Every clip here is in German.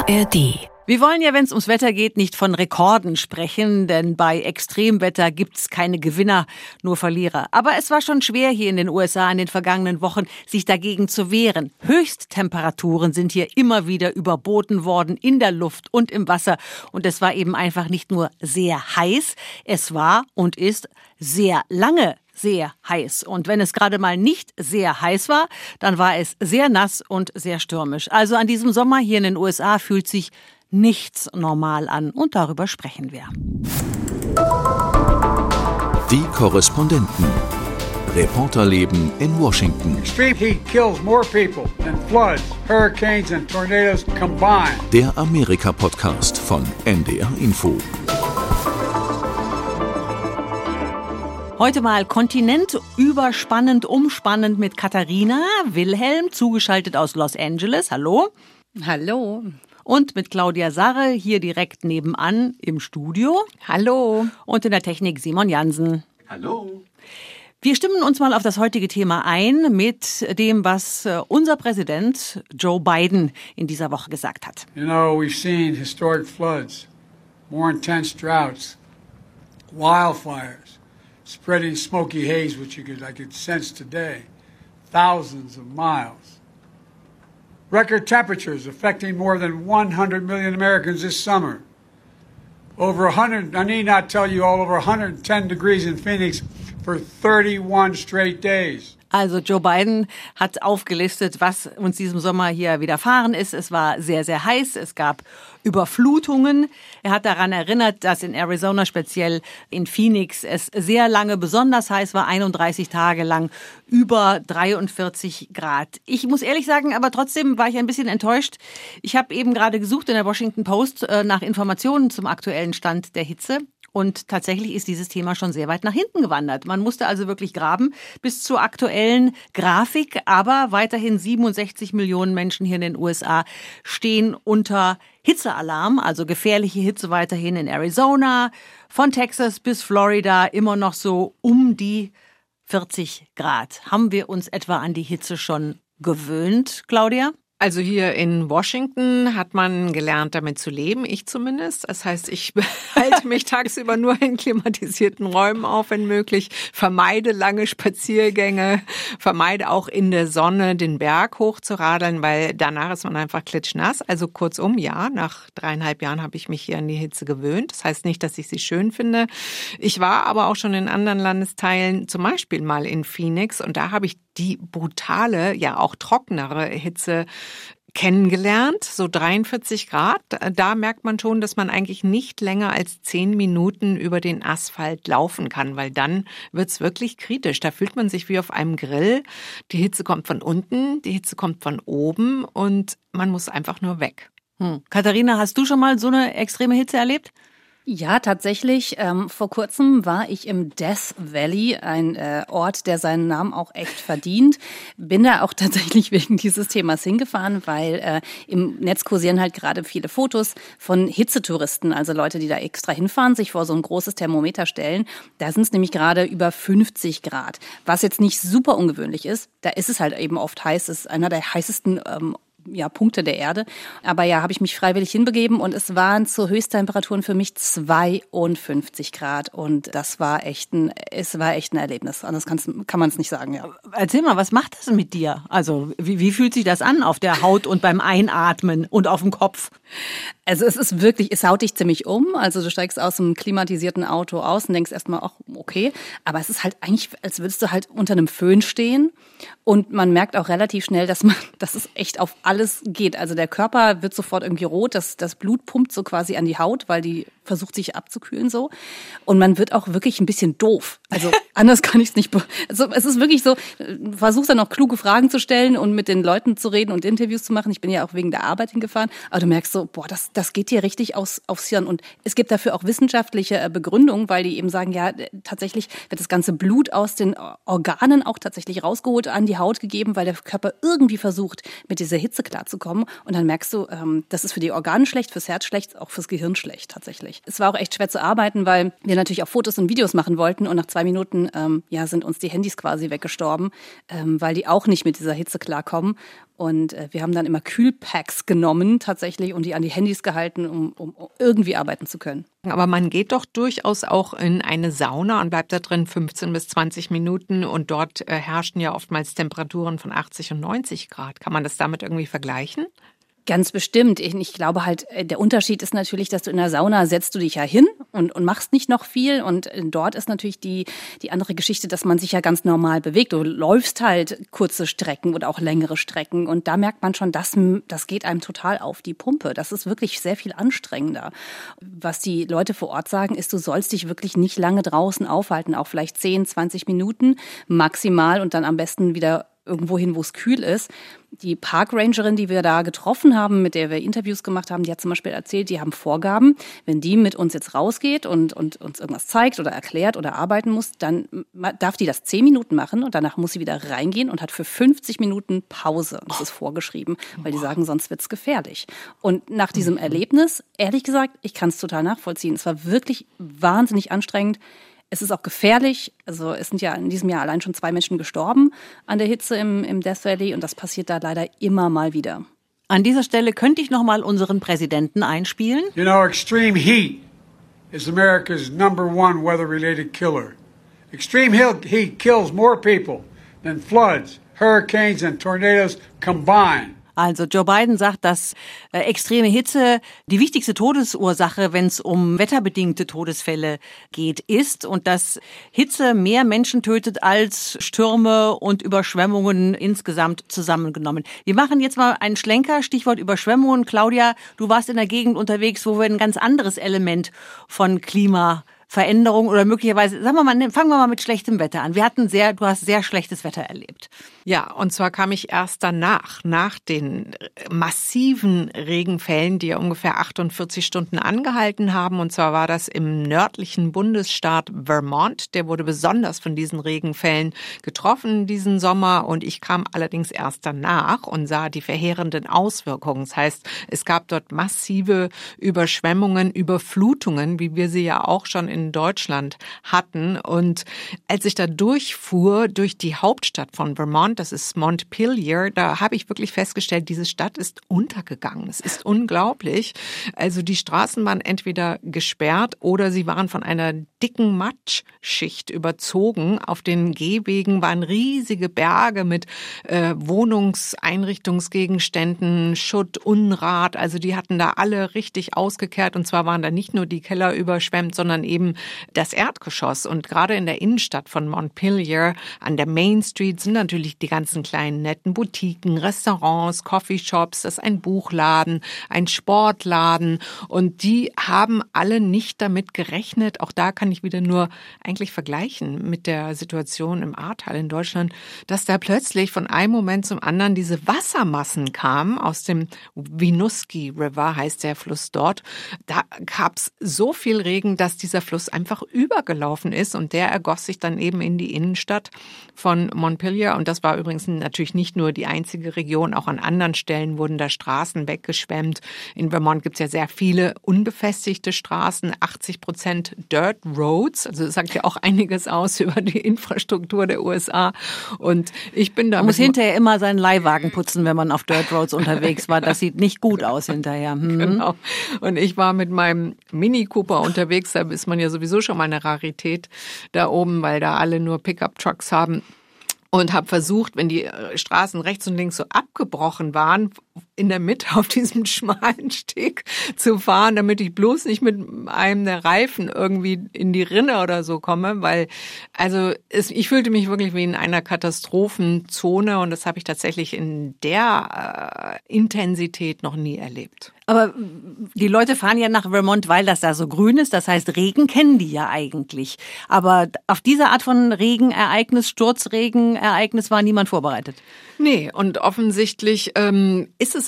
ARD. Wir wollen ja, wenn es ums Wetter geht, nicht von Rekorden sprechen, denn bei Extremwetter gibt's keine Gewinner, nur Verlierer. Aber es war schon schwer hier in den USA in den vergangenen Wochen, sich dagegen zu wehren. Höchsttemperaturen sind hier immer wieder überboten worden, in der Luft und im Wasser. Und es war eben einfach nicht nur sehr heiß, es war und ist sehr lange sehr heiß. Und wenn es gerade mal nicht sehr heiß war, dann war es sehr nass und sehr stürmisch. Also an diesem Sommer hier in den USA fühlt sich nichts normal an. Und darüber sprechen wir. Die Korrespondenten. Reporterleben in Washington. Extreme heat kills more people than floods, hurricanes and tornadoes combined. Der Amerika-Podcast von NDR Info. Heute mal kontinentüberspannend, umspannend mit Katharina Wilhelm, zugeschaltet aus Los Angeles. Hallo. Hallo. Und mit Claudia Sarre hier direkt nebenan im Studio. Hallo. Und in der Technik Simon Jansen. Hallo. Wir stimmen uns mal auf das heutige Thema ein mit dem, was unser Präsident Joe Biden in dieser Woche gesagt hat. You know, we've seen historic floods, more intense droughts, wildfires, spreading smoky haze, which I could sense today, thousands of miles. Record temperatures affecting more than 100 million Americans this summer. Over 100, I need not tell you, all over 110 degrees in Phoenix for 31 straight days. Also Joe Biden hat aufgelistet, was uns diesem Sommer hier widerfahren ist. Es war sehr, sehr heiß. Es gab Überflutungen. Er hat daran erinnert, dass in Arizona, speziell in Phoenix, es sehr lange besonders heiß war, 31 Tage lang über 43 Grad. Ich muss ehrlich sagen, aber trotzdem war ich ein bisschen enttäuscht. Ich habe eben gerade gesucht in der Washington Post nach Informationen zum aktuellen Stand der Hitze. Und tatsächlich ist dieses Thema schon sehr weit nach hinten gewandert. Man musste also wirklich graben bis zur aktuellen Grafik. Aber weiterhin 67 Millionen Menschen hier in den USA stehen unter Hitzealarm. Also gefährliche Hitze weiterhin in Arizona, von Texas bis Florida, immer noch so um die 40 Grad. Haben wir uns etwa an die Hitze schon gewöhnt, Claudia? Also hier in Washington hat man gelernt, damit zu leben, ich zumindest. Das heißt, ich halte mich tagsüber nur in klimatisierten Räumen auf, wenn möglich, vermeide lange Spaziergänge, vermeide auch in der Sonne den Berg hoch zu radeln, weil danach ist man einfach klitschnass. Also kurzum, ja, nach 3,5 Jahren habe ich mich hier an die Hitze gewöhnt. Das heißt nicht, dass ich sie schön finde. Ich war aber auch schon in anderen Landesteilen, zum Beispiel mal in Phoenix, und da habe ich die brutale, ja auch trockenere Hitze kennengelernt, so 43 Grad. Da merkt man schon, dass man eigentlich nicht länger als 10 Minuten über den Asphalt laufen kann, weil dann wird's wirklich kritisch. Da fühlt man sich wie auf einem Grill. Die Hitze kommt von unten, die Hitze kommt von oben und man muss einfach nur weg. Katharina, hast du schon mal so eine extreme Hitze erlebt? Ja, tatsächlich. Vor kurzem war ich im Death Valley, ein Ort, der seinen Namen auch echt verdient. Bin da auch tatsächlich wegen dieses Themas hingefahren, weil im Netz kursieren halt gerade viele Fotos von Hitzetouristen, also Leute, die da extra hinfahren, sich vor so ein großes Thermometer stellen. Da sind es nämlich gerade über 50 Grad, was jetzt nicht super ungewöhnlich ist. Da ist es halt eben oft heiß. Es ist einer der heißesten Punkte der Erde. Aber ja, habe ich mich freiwillig hinbegeben und es waren zu Höchsttemperaturen für mich 52 Grad und das war echt ein Erlebnis. Anders kann man es nicht sagen, ja. Erzähl mal, was macht das denn mit dir? Also, wie fühlt sich das an auf der Haut und beim Einatmen und auf dem Kopf? Also es haut dich ziemlich um. Also du steigst aus einem klimatisierten Auto aus und denkst erstmal, ach, okay. Aber es ist halt eigentlich, als würdest du halt unter einem Föhn stehen. Und man merkt auch relativ schnell, dass es echt auf alles geht. Also der Körper wird sofort irgendwie rot, das Blut pumpt so quasi an die Haut, weil die versucht sich abzukühlen so. Und man wird auch wirklich ein bisschen doof. Also anders kann ich es nicht. Also es ist wirklich so, du versuchst dann auch kluge Fragen zu stellen und mit den Leuten zu reden und Interviews zu machen. Ich bin ja auch wegen der Arbeit hingefahren. Aber du merkst so, boah, das geht dir richtig aufs Hirn. Und es gibt dafür auch wissenschaftliche Begründungen, weil die eben sagen, ja, tatsächlich wird das ganze Blut aus den Organen auch tatsächlich rausgeholt, an die Haut gegeben, weil der Körper irgendwie versucht, mit dieser Hitze klarzukommen. Und dann merkst du, das ist für die Organe schlecht, fürs Herz schlecht, auch fürs Gehirn schlecht tatsächlich. Es war auch echt schwer zu arbeiten, weil wir natürlich auch Fotos und Videos machen wollten und nach 2 Minuten sind uns die Handys quasi weggestorben, weil die auch nicht mit dieser Hitze klarkommen. Und wir haben dann immer Kühlpacks genommen tatsächlich und die an die Handys gehalten, um irgendwie arbeiten zu können. Aber man geht doch durchaus auch in eine Sauna und bleibt da drin 15 bis 20 Minuten und dort herrschen ja oftmals Temperaturen von 80 und 90 Grad. Kann man das damit irgendwie vergleichen? Ganz bestimmt. Ich glaube halt, der Unterschied ist natürlich, dass du in der Sauna setzt du dich ja hin und machst nicht noch viel. Und dort ist natürlich die andere Geschichte, dass man sich ja ganz normal bewegt. Du läufst halt kurze Strecken oder auch längere Strecken. Und da merkt man schon, das geht einem total auf die Pumpe. Das ist wirklich sehr viel anstrengender. Was die Leute vor Ort sagen, ist, du sollst dich wirklich nicht lange draußen aufhalten. Auch vielleicht 10, 20 Minuten maximal und dann am besten wieder irgendwo hin, wo es kühl ist. Die Parkrangerin, die wir da getroffen haben, mit der wir Interviews gemacht haben, die hat zum Beispiel erzählt, die haben Vorgaben, wenn die mit uns jetzt rausgeht und uns irgendwas zeigt oder erklärt oder arbeiten muss, dann darf die das 10 Minuten machen und danach muss sie wieder reingehen und hat für 50 Minuten Pause. Das ist vorgeschrieben, weil die sagen, sonst wird's gefährlich. Und nach diesem Erlebnis, ehrlich gesagt, ich kann es total nachvollziehen. Es war wirklich wahnsinnig anstrengend. Es ist auch gefährlich. Also es sind ja in diesem Jahr allein schon 2 Menschen gestorben an der Hitze im Death Valley und das passiert da leider immer mal wieder. An dieser Stelle könnte ich noch mal unseren Präsidenten einspielen. You know, extreme heat is America's #1 weather-related killer. Extreme heat kills more people than floods, hurricanes and tornadoes combined. Also Joe Biden sagt, dass extreme Hitze die wichtigste Todesursache, wenn es um wetterbedingte Todesfälle geht, ist und dass Hitze mehr Menschen tötet als Stürme und Überschwemmungen insgesamt zusammengenommen. Wir machen jetzt mal einen Schlenker, Stichwort Überschwemmungen. Claudia, du warst in der Gegend unterwegs, wo wir ein ganz anderes Element von Klimaveränderung oder möglicherweise, fangen wir mal mit schlechtem Wetter an. Du hast sehr schlechtes Wetter erlebt. Ja, und zwar kam ich erst danach, nach den massiven Regenfällen, die ja ungefähr 48 Stunden angehalten haben. Und zwar war das im nördlichen Bundesstaat Vermont. Der wurde besonders von diesen Regenfällen getroffen diesen Sommer. Und ich kam allerdings erst danach und sah die verheerenden Auswirkungen. Das heißt, es gab dort massive Überschwemmungen, Überflutungen, wie wir sie ja auch schon in Deutschland hatten. Und als ich da durchfuhr durch die Hauptstadt von Vermont, das ist Montpelier, da habe ich wirklich festgestellt, diese Stadt ist untergegangen. Es ist unglaublich. Also die Straßen waren entweder gesperrt oder sie waren von einer dicken Matschschicht überzogen. Auf den Gehwegen waren riesige Berge mit Wohnungseinrichtungsgegenständen, Schutt, Unrat. Also die hatten da alle richtig ausgekehrt. Und zwar waren da nicht nur die Keller überschwemmt, sondern eben das Erdgeschoss. Und gerade in der Innenstadt von Montpelier an der Main Street sind natürlich die ganzen kleinen netten Boutiquen, Restaurants, Coffeeshops, das ist ein Buchladen, ein Sportladen und die haben alle nicht damit gerechnet. Auch da kann ich wieder nur eigentlich vergleichen mit der Situation im Ahrtal in Deutschland, dass da plötzlich von einem Moment zum anderen diese Wassermassen kamen aus dem Winooski River, heißt der Fluss dort. Da gab es so viel Regen, dass dieser Fluss einfach übergelaufen ist und der ergoss sich dann eben in die Innenstadt von Montpelier und das war übrigens natürlich nicht nur die einzige Region, auch an anderen Stellen wurden da Straßen weggeschwemmt. In Vermont gibt es ja sehr viele unbefestigte Straßen, 80% Dirt Roads, also das sagt ja auch einiges aus über die Infrastruktur der USA und ich bin da... Man muss hinterher immer seinen Leihwagen putzen, wenn man auf Dirt Roads unterwegs war, das sieht nicht gut aus hinterher. Genau. Und ich war mit meinem Mini Cooper unterwegs, da ist man ja sowieso schon mal eine Rarität da oben, weil da alle nur Pickup-Trucks haben. Und habe versucht, wenn die Straßen rechts und links so abgebrochen waren, in der Mitte auf diesem schmalen Steg zu fahren, damit ich bloß nicht mit einem der Reifen irgendwie in die Rinne oder so komme, weil ich fühlte mich wirklich wie in einer Katastrophenzone und das habe ich tatsächlich in der Intensität noch nie erlebt. Aber die Leute fahren ja nach Vermont, weil das da so grün ist. Das heißt, Regen kennen die ja eigentlich. Aber auf diese Art von Regenereignis, Sturzregenereignis war niemand vorbereitet. Nee, und offensichtlich ist es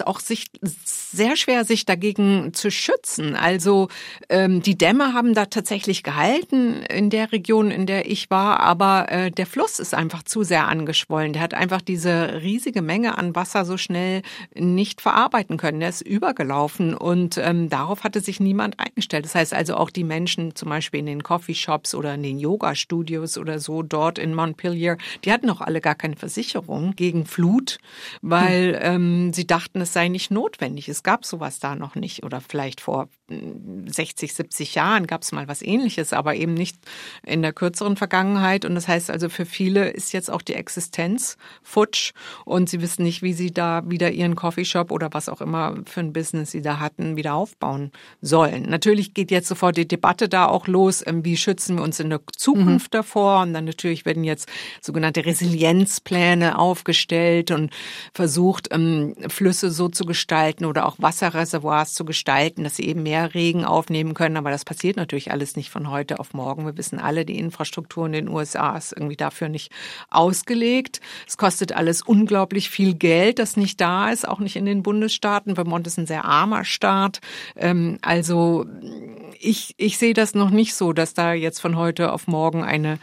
auch sehr schwer, sich dagegen zu schützen. Also die Dämme haben da tatsächlich gehalten in der Region, in der ich war, aber der Fluss ist einfach zu sehr angeschwollen. Der hat einfach diese riesige Menge an Wasser so schnell nicht verarbeiten können. Der ist übergelaufen und darauf hatte sich niemand eingestellt. Das heißt also auch die Menschen zum Beispiel in den Coffeeshops oder in den Yoga-Studios oder so dort in Montpelier, die hatten auch alle gar keine Versicherung gegen Flut, weil sie dachten, es sei nicht notwendig. Es gab sowas da noch nicht oder vielleicht vor 60, 70 Jahren gab es mal was Ähnliches, aber eben nicht in der kürzeren Vergangenheit. Und das heißt also, für viele ist jetzt auch die Existenz futsch und sie wissen nicht, wie sie da wieder ihren Coffeeshop oder was auch immer für ein Business sie da hatten, wieder aufbauen sollen. Natürlich geht jetzt sofort die Debatte da auch los, wie schützen wir uns in der Zukunft davor? Und dann natürlich werden jetzt sogenannte Resilienzpläne aufgestellt und versucht, Flüsse so zu gestalten oder auch Wasserreservoirs zu gestalten, dass sie eben mehr Regen aufnehmen können. Aber das passiert natürlich alles nicht von heute auf morgen. Wir wissen alle, die Infrastruktur in den USA ist irgendwie dafür nicht ausgelegt. Es kostet alles unglaublich viel Geld, das nicht da ist, auch nicht in den Bundesstaaten. Vermont ist ein sehr armer Staat. Also ich sehe das noch nicht so, dass da jetzt von heute auf morgen eine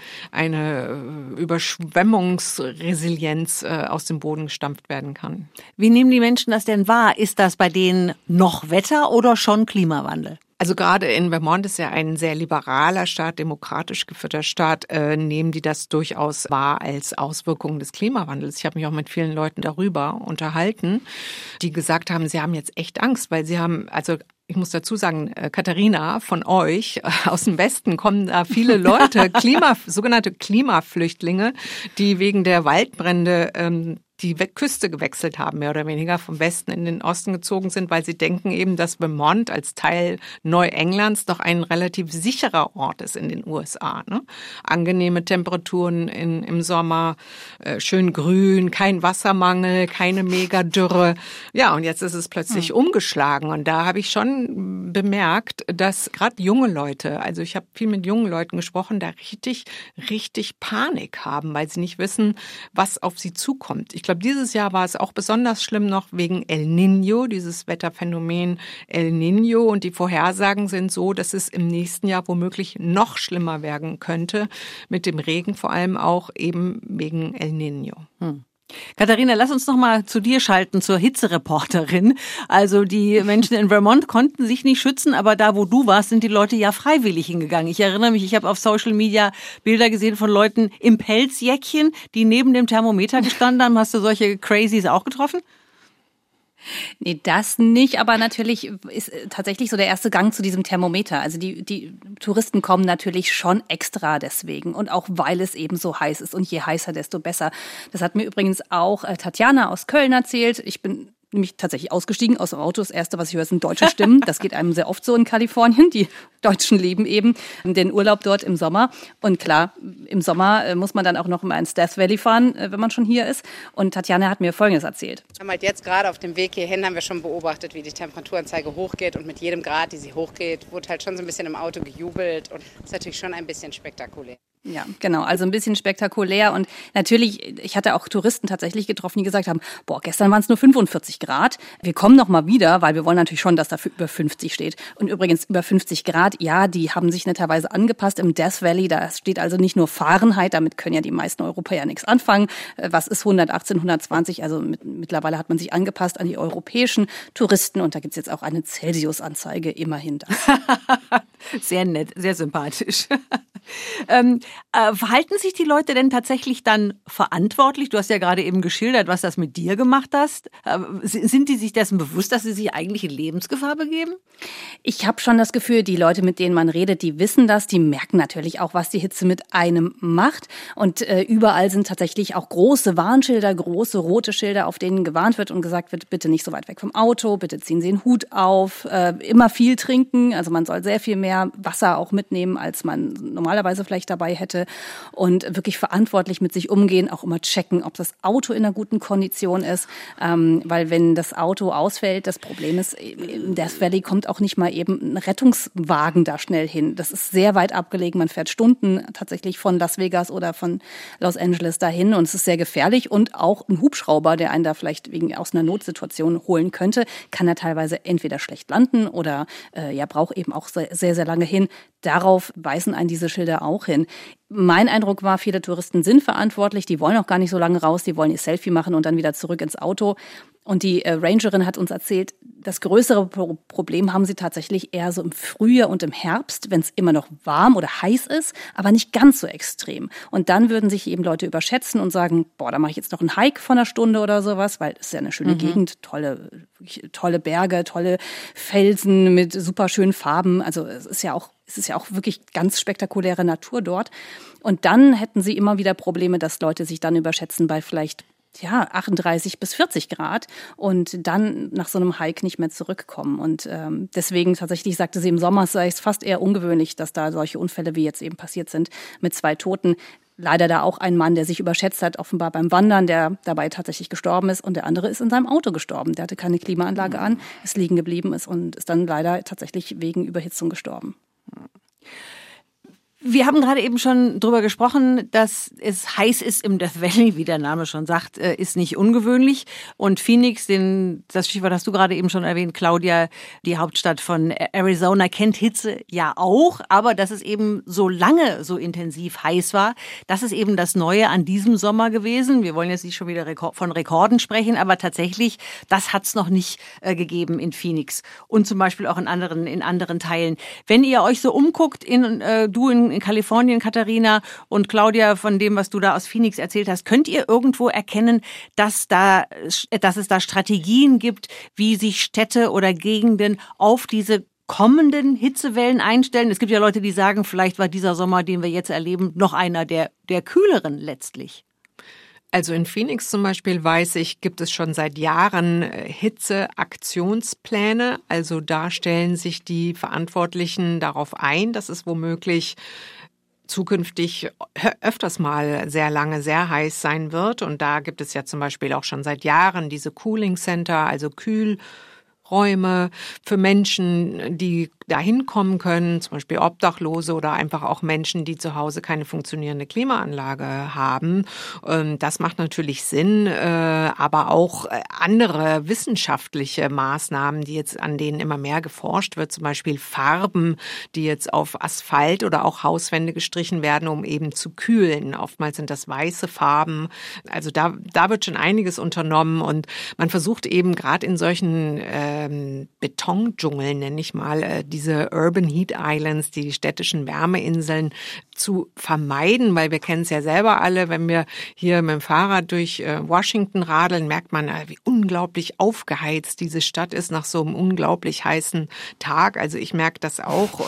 Überschwemmungsresilienz aus dem Boden gestampft werden kann. Wie nehmen die Menschen das denn wahr? Ist das bei denen noch Wetter oder schon Klimawandel? Also gerade in Vermont ist ja ein sehr liberaler Staat, demokratisch geführter Staat, nehmen die das durchaus wahr als Auswirkungen des Klimawandels. Ich habe mich auch mit vielen Leuten darüber unterhalten, die gesagt haben, sie haben jetzt echt Angst, weil sie haben, also ich muss dazu sagen, Katharina, von euch aus dem Westen kommen da viele Leute, sogenannte Klimaflüchtlinge, die wegen der Waldbrände die Küste gewechselt haben, mehr oder weniger vom Westen in den Osten gezogen sind, weil sie denken eben, dass Vermont als Teil Neuenglands doch ein relativ sicherer Ort ist in den USA. Ne? Angenehme Temperaturen im Sommer, schön grün, kein Wassermangel, keine Megadürre. Ja, und jetzt ist es plötzlich umgeschlagen. Und da habe ich schon bemerkt, dass gerade junge Leute, also ich habe viel mit jungen Leuten gesprochen, da richtig Panik haben, weil sie nicht wissen, was auf sie zukommt. Ich glaube, dieses Jahr war es auch besonders schlimm noch wegen El Niño, dieses Wetterphänomen El Niño. Und die Vorhersagen sind so, dass es im nächsten Jahr womöglich noch schlimmer werden könnte, mit dem Regen vor allem auch eben wegen El Niño. Katharina, lass uns noch mal zu dir schalten, zur Hitzereporterin. Also die Menschen in Vermont konnten sich nicht schützen, aber da, wo du warst, sind die Leute ja freiwillig hingegangen. Ich erinnere mich, ich habe auf Social Media Bilder gesehen von Leuten im Pelzjäckchen, die neben dem Thermometer gestanden haben. Hast du solche Crazies auch getroffen? Nee, das nicht, aber natürlich ist tatsächlich so der erste Gang zu diesem Thermometer. Also die Touristen kommen natürlich schon extra deswegen und auch weil es eben so heiß ist und je heißer, desto besser. Das hat mir übrigens auch Tatjana aus Köln erzählt. Ich bin nämlich tatsächlich ausgestiegen aus dem Auto. Das Erste, was ich höre, sind deutsche Stimmen. Das geht einem sehr oft so in Kalifornien. Die Deutschen leben eben den Urlaub dort im Sommer. Und klar, im Sommer muss man dann auch noch mal ins Death Valley fahren, wenn man schon hier ist. Und Tatjana hat mir Folgendes erzählt. Wir haben halt jetzt gerade auf dem Weg hierhin haben wir schon beobachtet, wie die Temperaturanzeige hochgeht. Und mit jedem Grad, die sie hochgeht, wurde halt schon so ein bisschen im Auto gejubelt. Und das ist natürlich schon ein bisschen spektakulär. Ja, genau. Also ein bisschen spektakulär. Und natürlich, ich hatte auch Touristen tatsächlich getroffen, die gesagt haben, boah, gestern waren es nur 45 Grad. Wir kommen noch mal wieder, weil wir wollen natürlich schon, dass da über 50 steht. Und übrigens über 50 Grad, ja, die haben sich netterweise angepasst im Death Valley. Da steht also nicht nur Fahrenheit, damit können ja die meisten Europäer nichts anfangen. Was ist 118, 120? Also mittlerweile hat man sich angepasst an die europäischen Touristen. Und da gibt's jetzt auch eine Celsius-Anzeige, immerhin das. Sehr nett, sehr sympathisch. Verhalten sich die Leute denn tatsächlich dann verantwortlich? Du hast ja gerade eben geschildert, was das mit dir gemacht hast. Sind die sich dessen bewusst, dass sie sich eigentlich in Lebensgefahr begeben? Ich habe schon das Gefühl, die Leute, mit denen man redet, die wissen das, die merken natürlich auch, was die Hitze mit einem macht. Und überall sind tatsächlich auch große Warnschilder, große rote Schilder, auf denen gewarnt wird und gesagt wird, bitte nicht so weit weg vom Auto, bitte ziehen Sie den Hut auf, immer viel trinken. Also man soll sehr viel mehr Wasser auch mitnehmen, als man normalerweise normalerweise vielleicht dabei hätte und wirklich verantwortlich mit sich umgehen, auch immer checken, ob das Auto in einer guten Kondition ist, weil wenn das Auto ausfällt, das Problem ist, in Death Valley kommt auch nicht mal eben ein Rettungswagen da schnell hin. Das ist sehr weit abgelegen, man fährt Stunden tatsächlich von Las Vegas oder von Los Angeles dahin und es ist sehr gefährlich und auch ein Hubschrauber, der einen da vielleicht aus einer Notsituation holen könnte, kann er teilweise entweder schlecht landen oder braucht eben auch sehr, sehr lange hin. Darauf weisen einen diese Schilder auch hin. Mein Eindruck war, viele Touristen sind verantwortlich, die wollen auch gar nicht so lange raus, die wollen ihr Selfie machen und dann wieder zurück ins Auto. Und die Rangerin hat uns erzählt, das größere Problem haben sie tatsächlich eher so im Frühjahr und im Herbst, wenn es immer noch warm oder heiß ist, aber nicht ganz so extrem. Und dann würden sich eben Leute überschätzen und sagen, da mache ich jetzt noch einen Hike von einer Stunde oder sowas, weil es ist ja eine schöne Gegend, tolle Berge, tolle Felsen mit super schönen Farben. Also es ist ja auch wirklich ganz spektakuläre Natur dort. Und dann hätten sie immer wieder Probleme, dass Leute sich dann überschätzen bei vielleicht 38 bis 40 Grad und dann nach so einem Hike nicht mehr zurückkommen. Und deswegen tatsächlich sagte sie, im Sommer sei es fast eher ungewöhnlich, dass da solche Unfälle wie jetzt eben passiert sind mit 2 Toten. Leider da auch ein Mann, der sich überschätzt hat, offenbar beim Wandern, der dabei tatsächlich gestorben ist. Und der andere ist in seinem Auto gestorben. Der hatte keine Klimaanlage an, ist liegen geblieben und ist dann leider tatsächlich wegen Überhitzung gestorben. Wir haben gerade eben schon drüber gesprochen, dass es heiß ist im Death Valley, wie der Name schon sagt, ist nicht ungewöhnlich. Und Phoenix, das Stichwort hast du gerade eben schon erwähnt, Claudia, die Hauptstadt von Arizona, kennt Hitze ja auch. Aber dass es eben so lange so intensiv heiß war, das ist eben das Neue an diesem Sommer gewesen. Wir wollen jetzt nicht schon wieder von Rekorden sprechen, aber tatsächlich, das hat es noch nicht gegeben in Phoenix und zum Beispiel auch in anderen Teilen. Wenn ihr euch so umguckt, du in Kalifornien, Katharina, und Claudia, von dem, was du da aus Phoenix erzählt hast, könnt ihr irgendwo erkennen, dass es da Strategien gibt, wie sich Städte oder Gegenden auf diese kommenden Hitzewellen einstellen? Es gibt ja Leute, die sagen, vielleicht war dieser Sommer, den wir jetzt erleben, noch einer der kühleren letztlich. Also in Phoenix zum Beispiel, weiß ich, gibt es schon seit Jahren Hitzeaktionspläne. Also da stellen sich die Verantwortlichen darauf ein, dass es womöglich zukünftig öfters mal sehr lange sehr heiß sein wird. Und da gibt es ja zum Beispiel auch schon seit Jahren diese Cooling Center, also Kühlräume für Menschen, die da hinkommen können, zum Beispiel Obdachlose oder einfach auch Menschen, die zu Hause keine funktionierende Klimaanlage haben. Das macht natürlich Sinn, aber auch andere wissenschaftliche Maßnahmen, an denen immer mehr geforscht wird, zum Beispiel Farben, die jetzt auf Asphalt oder auch Hauswände gestrichen werden, um eben zu kühlen. Oftmals sind das weiße Farben. Also da wird schon einiges unternommen und man versucht eben gerade in solchen Betondschungeln, nenne ich mal, diese Urban Heat Islands, die städtischen Wärmeinseln zu vermeiden, weil wir kennen es ja selber alle, wenn wir hier mit dem Fahrrad durch Washington radeln, merkt man, wie unglaublich aufgeheizt diese Stadt ist nach so einem unglaublich heißen Tag. Also ich merke das auch.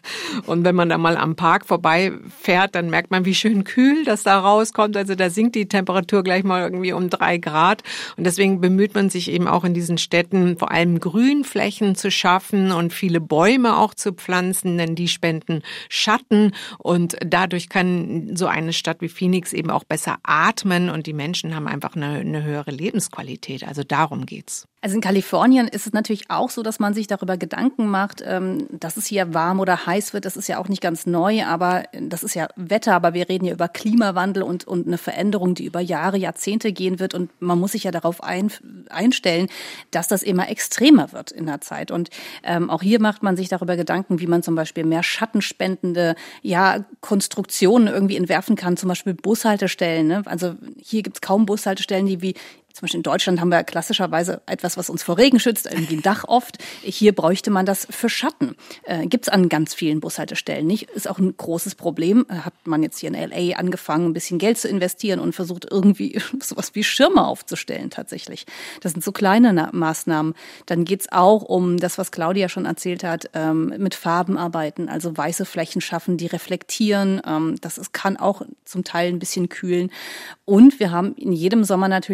Und wenn man da mal am Park vorbeifährt, dann merkt man, wie schön kühl das da rauskommt. Also da sinkt die Temperatur gleich mal irgendwie um 3 Grad. Und deswegen bemüht man sich eben auch in diesen Städten, vor allem Grünflächen zu schaffen und viele Bäume auch zu pflanzen, denn die spenden Schatten und dadurch kann so eine Stadt wie Phoenix eben auch besser atmen und die Menschen haben einfach eine höhere Lebensqualität. Also darum geht's. Also in Kalifornien ist es natürlich auch so, dass man sich darüber Gedanken macht, dass es hier warm oder heiß wird. Das ist ja auch nicht ganz neu, aber das ist ja Wetter. Aber wir reden ja über Klimawandel und eine Veränderung, die über Jahre, Jahrzehnte gehen wird. Und man muss sich ja darauf einstellen, dass das immer extremer wird in der Zeit. Und auch hier macht man sich darüber Gedanken, wie man zum Beispiel mehr schattenspendende Konstruktionen irgendwie entwerfen kann. Zum Beispiel Bushaltestellen. Ne? Also hier gibt es kaum Bushaltestellen, die wie zum Beispiel in Deutschland haben wir klassischerweise etwas, was uns vor Regen schützt, irgendwie ein Dach oft. Hier bräuchte man das für Schatten. Gibt's an ganz vielen Bushaltestellen nicht. Ist auch ein großes Problem. Hat man jetzt hier in L.A. angefangen, ein bisschen Geld zu investieren und versucht irgendwie sowas wie Schirme aufzustellen tatsächlich. Das sind so kleine Maßnahmen. Dann geht's auch um das, was Claudia schon erzählt hat, mit Farben arbeiten, also weiße Flächen schaffen, die reflektieren. Kann auch zum Teil ein bisschen kühlen. Und wir haben in jedem Sommer natürlich auch diese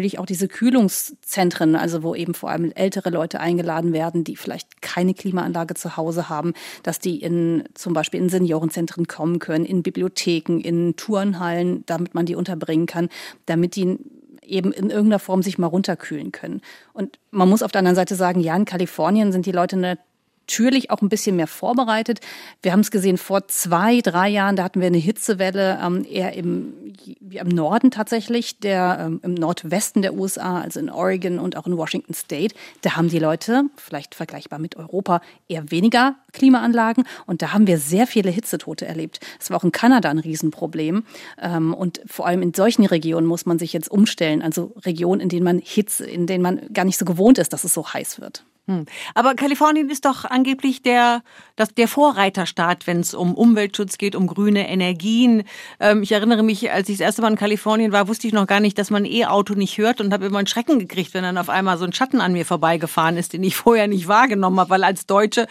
Kühlungszentren, also wo eben vor allem ältere Leute eingeladen werden, die vielleicht keine Klimaanlage zu Hause haben, dass die zum Beispiel in Seniorenzentren kommen können, in Bibliotheken, in Turnhallen, damit man die unterbringen kann, damit die eben in irgendeiner Form sich mal runterkühlen können. Und man muss auf der anderen Seite sagen, ja, in Kalifornien sind die Leute natürlich auch ein bisschen mehr vorbereitet. Wir haben es gesehen, vor 2-3 Jahren, da hatten wir eine Hitzewelle, eher im Norden tatsächlich, im Nordwesten der USA, also in Oregon und auch in Washington State. Da haben die Leute, vielleicht vergleichbar mit Europa, eher weniger Klimaanlagen. Und da haben wir sehr viele Hitzetote erlebt. Das war auch in Kanada ein Riesenproblem. Und vor allem in solchen Regionen muss man sich jetzt umstellen. Also Regionen, in denen man gar nicht so gewohnt ist, dass es so heiß wird. Aber Kalifornien ist doch angeblich der Vorreiterstaat, wenn es um Umweltschutz geht, um grüne Energien. Ich erinnere mich, als ich das erste Mal in Kalifornien war, wusste ich noch gar nicht, dass man ein E-Auto nicht hört und habe immer einen Schrecken gekriegt, wenn dann auf einmal so ein Schatten an mir vorbeigefahren ist, den ich vorher nicht wahrgenommen habe, weil als Deutsche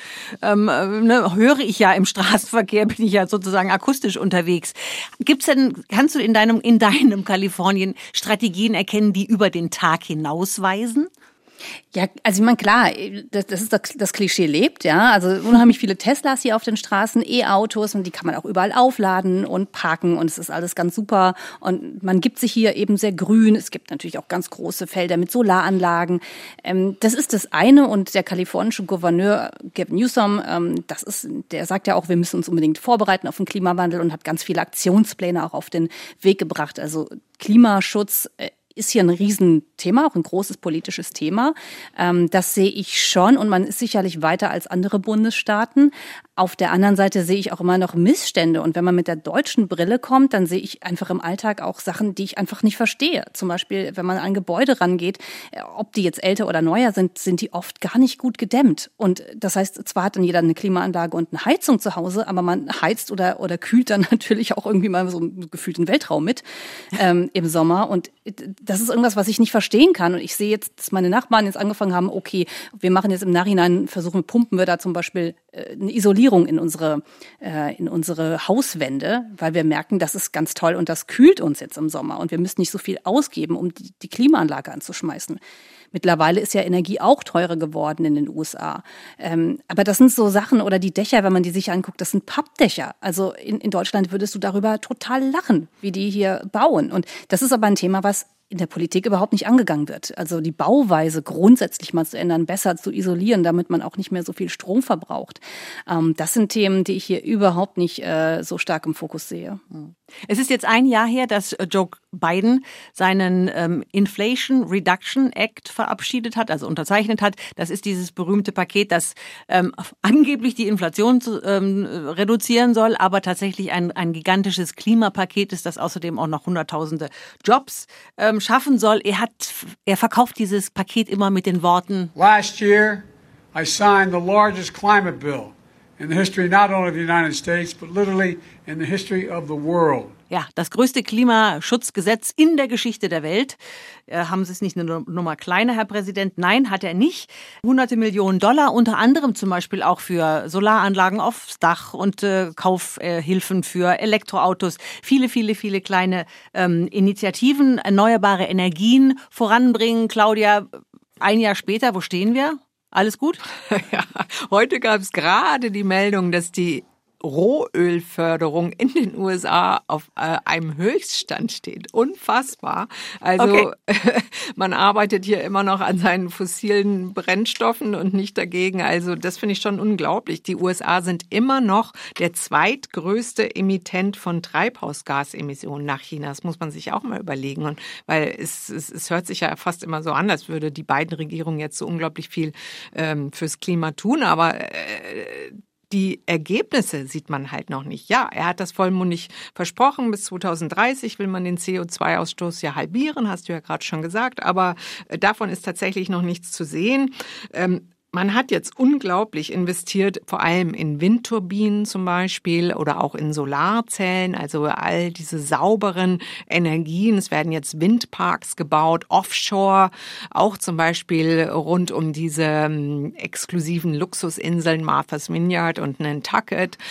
höre ich ja im Straßenverkehr, bin ich ja sozusagen akustisch unterwegs. Kannst du in deinem Kalifornien Strategien erkennen, die über den Tag hinausweisen? Ja, also ich meine, klar, das ist das Klischee lebt, ja. Also unheimlich viele Teslas hier auf den Straßen, E-Autos, und die kann man auch überall aufladen und parken und es ist alles ganz super und man gibt sich hier eben sehr grün. Es gibt natürlich auch ganz große Felder mit Solaranlagen. Das ist das eine, und der kalifornische Gouverneur Gavin Newsom, der sagt ja auch, wir müssen uns unbedingt vorbereiten auf den Klimawandel und hat ganz viele Aktionspläne auch auf den Weg gebracht. Also Klimaschutz ist hier ein Riesenthema, auch ein großes politisches Thema. Das sehe ich schon, und man ist sicherlich weiter als andere Bundesstaaten. Auf der anderen Seite sehe ich auch immer noch Missstände, und wenn man mit der deutschen Brille kommt, dann sehe ich einfach im Alltag auch Sachen, die ich einfach nicht verstehe. Zum Beispiel, wenn man an Gebäude rangeht, ob die jetzt älter oder neuer sind die oft gar nicht gut gedämmt. Und das heißt, zwar hat dann jeder eine Klimaanlage und eine Heizung zu Hause, aber man heizt oder kühlt dann natürlich auch irgendwie mal so einen gefühlten Weltraum mit im Sommer. Und das ist irgendwas, was ich nicht verstehen kann. Und ich sehe jetzt, dass meine Nachbarn jetzt angefangen haben, okay, wir machen jetzt im Nachhinein, pumpen wir da zum Beispiel eine Isolierung in unsere Hauswände, weil wir merken, das ist ganz toll und das kühlt uns jetzt im Sommer und wir müssen nicht so viel ausgeben, um die Klimaanlage anzuschmeißen. Mittlerweile ist ja Energie auch teurer geworden in den USA. Aber das sind so Sachen, oder die Dächer, wenn man die sich anguckt, das sind Pappdächer. Also in Deutschland würdest du darüber total lachen, wie die hier bauen. Und das ist aber ein Thema, was in der Politik überhaupt nicht angegangen wird. Also die Bauweise grundsätzlich mal zu ändern, besser zu isolieren, damit man auch nicht mehr so viel Strom verbraucht. Das sind Themen, die ich hier überhaupt nicht so stark im Fokus sehe. Es ist jetzt ein Jahr her, dass Joe Biden seinen Inflation Reduction Act verabschiedet hat, also unterzeichnet hat. Das ist dieses berühmte Paket, das angeblich die Inflation reduzieren soll, aber tatsächlich ein gigantisches Klimapaket ist, das außerdem auch noch Hunderttausende Jobs schaffen soll. Er verkauft dieses Paket immer mit den Worten: Last year, I signed the largest climate bill in the history not only of the United States, but literally in the history of the world. Ja, das größte Klimaschutzgesetz in der Geschichte der Welt. Haben Sie es nicht eine Nummer kleiner, Herr Präsident? Nein, hat er nicht. Hunderte Millionen $, unter anderem zum Beispiel auch für Solaranlagen aufs Dach und Kaufhilfen für Elektroautos. Viele, viele, viele kleine Initiativen, erneuerbare Energien voranbringen. Claudia, ein Jahr später, wo stehen wir? Alles gut? Ja, heute gab es gerade die Meldung, dass die Rohölförderung in den USA auf einem Höchststand steht. Unfassbar. Also man arbeitet hier immer noch an seinen fossilen Brennstoffen und nicht dagegen. Also das finde ich schon unglaublich. Die USA sind immer noch der zweitgrößte Emittent von Treibhausgasemissionen nach China. Das muss man sich auch mal überlegen. Und weil es hört sich ja fast immer so an, als würde die beiden Regierungen jetzt so unglaublich viel fürs Klima tun. Aber die Ergebnisse sieht man halt noch nicht. Ja, er hat das vollmundig versprochen. Bis 2030 will man den CO2-Ausstoß ja halbieren, hast du ja gerade schon gesagt. Aber davon ist tatsächlich noch nichts zu sehen. Man hat jetzt unglaublich investiert, vor allem in Windturbinen zum Beispiel oder auch in Solarzellen, also all diese sauberen Energien. Es werden jetzt Windparks gebaut, offshore, auch zum Beispiel rund um diese exklusiven Luxusinseln Martha's Vineyard und Nantucket.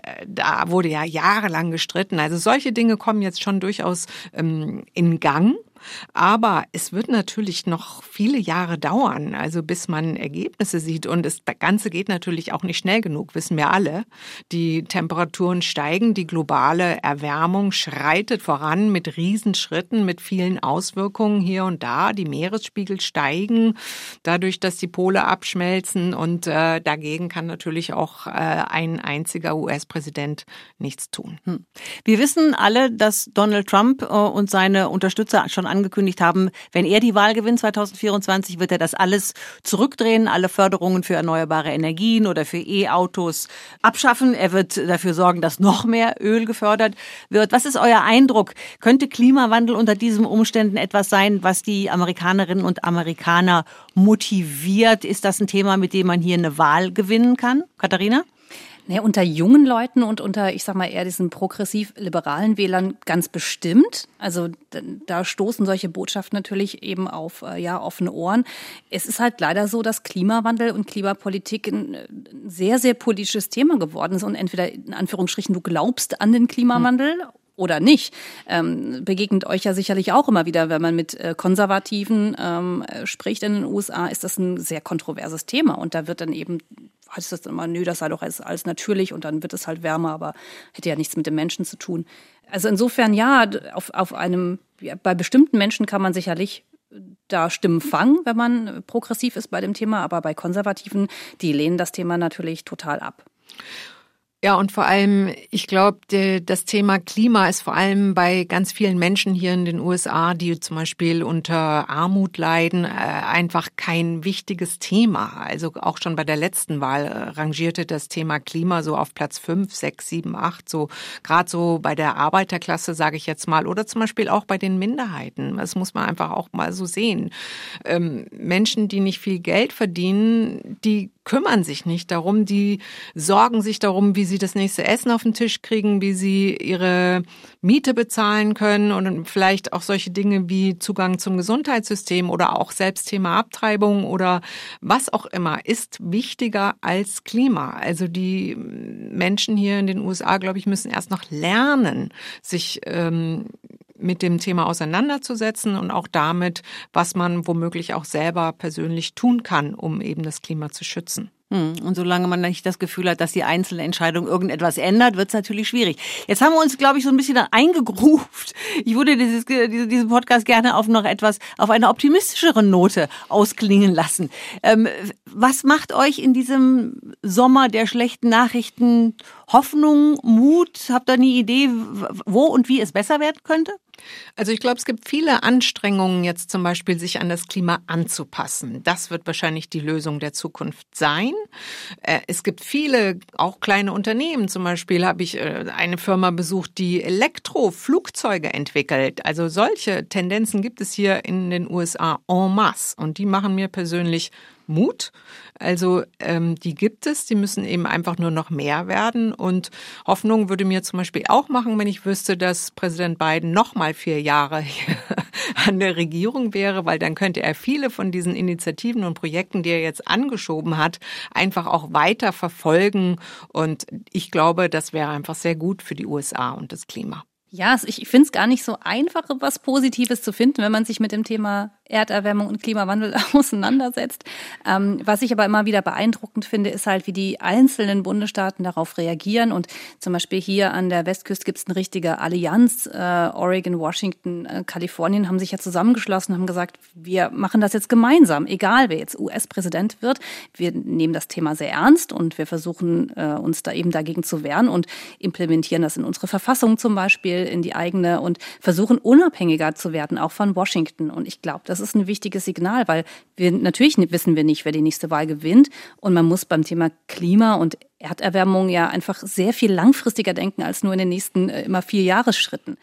Da wurde ja jahrelang gestritten. Also solche Dinge kommen jetzt schon durchaus in Gang. Aber es wird natürlich noch viele Jahre dauern, also bis man Ergebnisse sieht. Und das Ganze geht natürlich auch nicht schnell genug, wissen wir alle. Die Temperaturen steigen, die globale Erwärmung schreitet voran mit Riesenschritten, mit vielen Auswirkungen hier und da. Die Meeresspiegel steigen, dadurch, dass die Pole abschmelzen. Und dagegen kann natürlich auch ein einziger US-Präsident nichts tun. Wir wissen alle, dass Donald Trump und seine Unterstützer schon angekündigt haben, wenn er die Wahl gewinnt 2024, wird er das alles zurückdrehen, alle Förderungen für erneuerbare Energien oder für E-Autos abschaffen. Er wird dafür sorgen, dass noch mehr Öl gefördert wird. Was ist euer Eindruck? Könnte Klimawandel unter diesen Umständen etwas sein, was die Amerikanerinnen und Amerikaner motiviert? Ist das ein Thema, mit dem man hier eine Wahl gewinnen kann? Katharina? Nee, unter jungen Leuten und unter, ich sag mal, eher diesen progressiv-liberalen Wählern ganz bestimmt. Also da stoßen solche Botschaften natürlich eben auf offene Ohren. Es ist halt leider so, dass Klimawandel und Klimapolitik ein sehr, sehr politisches Thema geworden ist. Und entweder in Anführungsstrichen du glaubst an den Klimawandel oder nicht, begegnet euch ja sicherlich auch immer wieder, wenn man mit Konservativen spricht in den USA, ist das ein sehr kontroverses Thema. Und da wird dann eben, heißt das immer, nö, das sei doch alles natürlich und dann wird es halt wärmer, aber hätte ja nichts mit dem Menschen zu tun. Also insofern ja, bei bestimmten Menschen kann man sicherlich da Stimmen fangen, wenn man progressiv ist bei dem Thema, aber bei Konservativen, die lehnen das Thema natürlich total ab. Ja, und vor allem, ich glaube, das Thema Klima ist vor allem bei ganz vielen Menschen hier in den USA, die zum Beispiel unter Armut leiden, einfach kein wichtiges Thema. Also auch schon bei der letzten Wahl rangierte das Thema Klima so auf Platz 5, 6, 7, 8, so gerade so bei der Arbeiterklasse, sage ich jetzt mal, oder zum Beispiel auch bei den Minderheiten. Das muss man einfach auch mal so sehen. Menschen, die nicht viel Geld verdienen, die kümmern sich nicht darum, die sorgen sich darum, wie sie das nächste Essen auf den Tisch kriegen, wie sie ihre Miete bezahlen können und vielleicht auch solche Dinge wie Zugang zum Gesundheitssystem oder auch selbst Thema Abtreibung oder was auch immer ist wichtiger als Klima. Also die Menschen hier in den USA, glaube ich, müssen erst noch lernen, sich mit dem Thema auseinanderzusetzen und auch damit, was man womöglich auch selber persönlich tun kann, um eben das Klima zu schützen. Und solange man nicht das Gefühl hat, dass die einzelne Entscheidung irgendetwas ändert, wird es natürlich schwierig. Jetzt haben wir uns, glaube ich, so ein bisschen eingegruft. Ich würde diesen Podcast gerne auf eine optimistischere Note ausklingen lassen. Was macht euch in diesem Sommer der schlechten Nachrichten Hoffnung, Mut? Habt ihr eine Idee, wo und wie es besser werden könnte? Also ich glaube, es gibt viele Anstrengungen jetzt zum Beispiel, sich an das Klima anzupassen. Das wird wahrscheinlich die Lösung der Zukunft sein. Es gibt viele, auch kleine Unternehmen. Zum Beispiel habe ich eine Firma besucht, die Elektroflugzeuge entwickelt. Also solche Tendenzen gibt es hier in den USA en masse. Und die machen mir persönlich Mut. Also die gibt es, die müssen eben einfach nur noch mehr werden. Und Hoffnung würde mir zum Beispiel auch machen, wenn ich wüsste, dass Präsident Biden noch mal 4 Jahre an der Regierung wäre, weil dann könnte er viele von diesen Initiativen und Projekten, die er jetzt angeschoben hat, einfach auch weiter verfolgen. Und ich glaube, das wäre einfach sehr gut für die USA und das Klima. Ja, ich finde es gar nicht so einfach, was Positives zu finden, wenn man sich mit dem Thema Erderwärmung und Klimawandel auseinandersetzt. Was ich aber immer wieder beeindruckend finde, ist halt, wie die einzelnen Bundesstaaten darauf reagieren. Und zum Beispiel hier an der Westküste gibt es eine richtige Allianz. Oregon, Washington, Kalifornien haben sich ja zusammengeschlossen, haben gesagt, wir machen das jetzt gemeinsam, egal wer jetzt US-Präsident wird. Wir nehmen das Thema sehr ernst und wir versuchen uns da eben dagegen zu wehren und implementieren das in unsere Verfassung zum Beispiel, in die eigene und versuchen unabhängiger zu werden, auch von Washington. Und ich glaube, das ist ein wichtiges Signal, weil natürlich wissen wir nicht, wer die nächste Wahl gewinnt. Und man muss beim Thema Klima und Erderwärmung ja einfach sehr viel langfristiger denken als nur in den nächsten immer 4-Jahresschritten.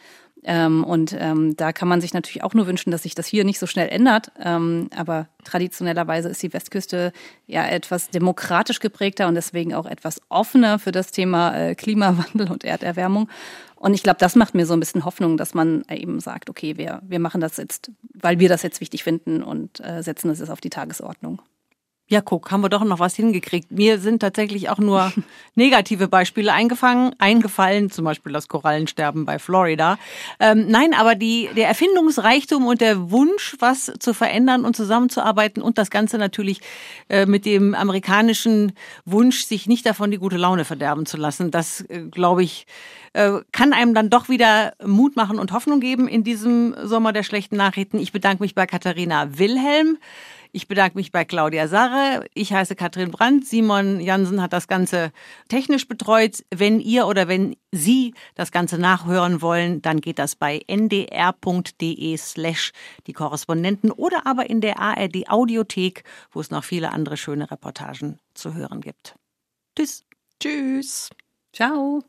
Da kann man sich natürlich auch nur wünschen, dass sich das hier nicht so schnell ändert. Aber traditionellerweise ist die Westküste ja etwas demokratisch geprägter und deswegen auch etwas offener für das Thema Klimawandel und Erderwärmung. Und ich glaube, das macht mir so ein bisschen Hoffnung, dass man eben sagt, okay, wir machen das jetzt, weil wir das jetzt wichtig finden und setzen das jetzt auf die Tagesordnung. Ja, guck, haben wir doch noch was hingekriegt. Mir sind tatsächlich auch nur negative Beispiele eingefallen, zum Beispiel das Korallensterben bei Florida. Nein, aber der Erfindungsreichtum und der Wunsch, was zu verändern und zusammenzuarbeiten und das Ganze natürlich mit dem amerikanischen Wunsch, sich nicht davon die gute Laune verderben zu lassen, das, glaube ich, kann einem dann doch wieder Mut machen und Hoffnung geben in diesem Sommer der schlechten Nachrichten. Ich bedanke mich bei Katharina Wilhelm. Ich bedanke mich bei Claudia Sarre. Ich heiße Katrin Brandt. Simon Jansen hat das Ganze technisch betreut. Wenn ihr oder wenn Sie das Ganze nachhören wollen, dann geht das bei ndr.de/die Korrespondenten oder aber in der ARD Audiothek, wo es noch viele andere schöne Reportagen zu hören gibt. Tschüss. Tschüss. Ciao.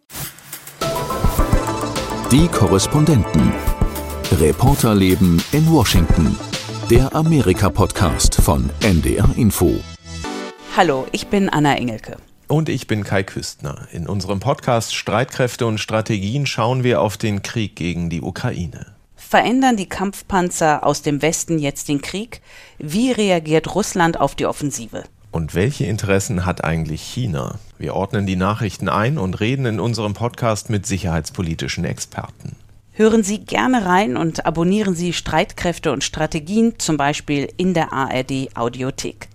Die Korrespondenten. Reporterleben in Washington. Der Amerika-Podcast von NDR Info. Hallo, ich bin Anna Engelke. Und ich bin Kai Küstner. In unserem Podcast Streitkräfte und Strategien schauen wir auf den Krieg gegen die Ukraine. Verändern die Kampfpanzer aus dem Westen jetzt den Krieg? Wie reagiert Russland auf die Offensive? Und welche Interessen hat eigentlich China? Wir ordnen die Nachrichten ein und reden in unserem Podcast mit sicherheitspolitischen Experten. Hören Sie gerne rein und abonnieren Sie Streitkräfte und Strategien, zum Beispiel in der ARD Audiothek.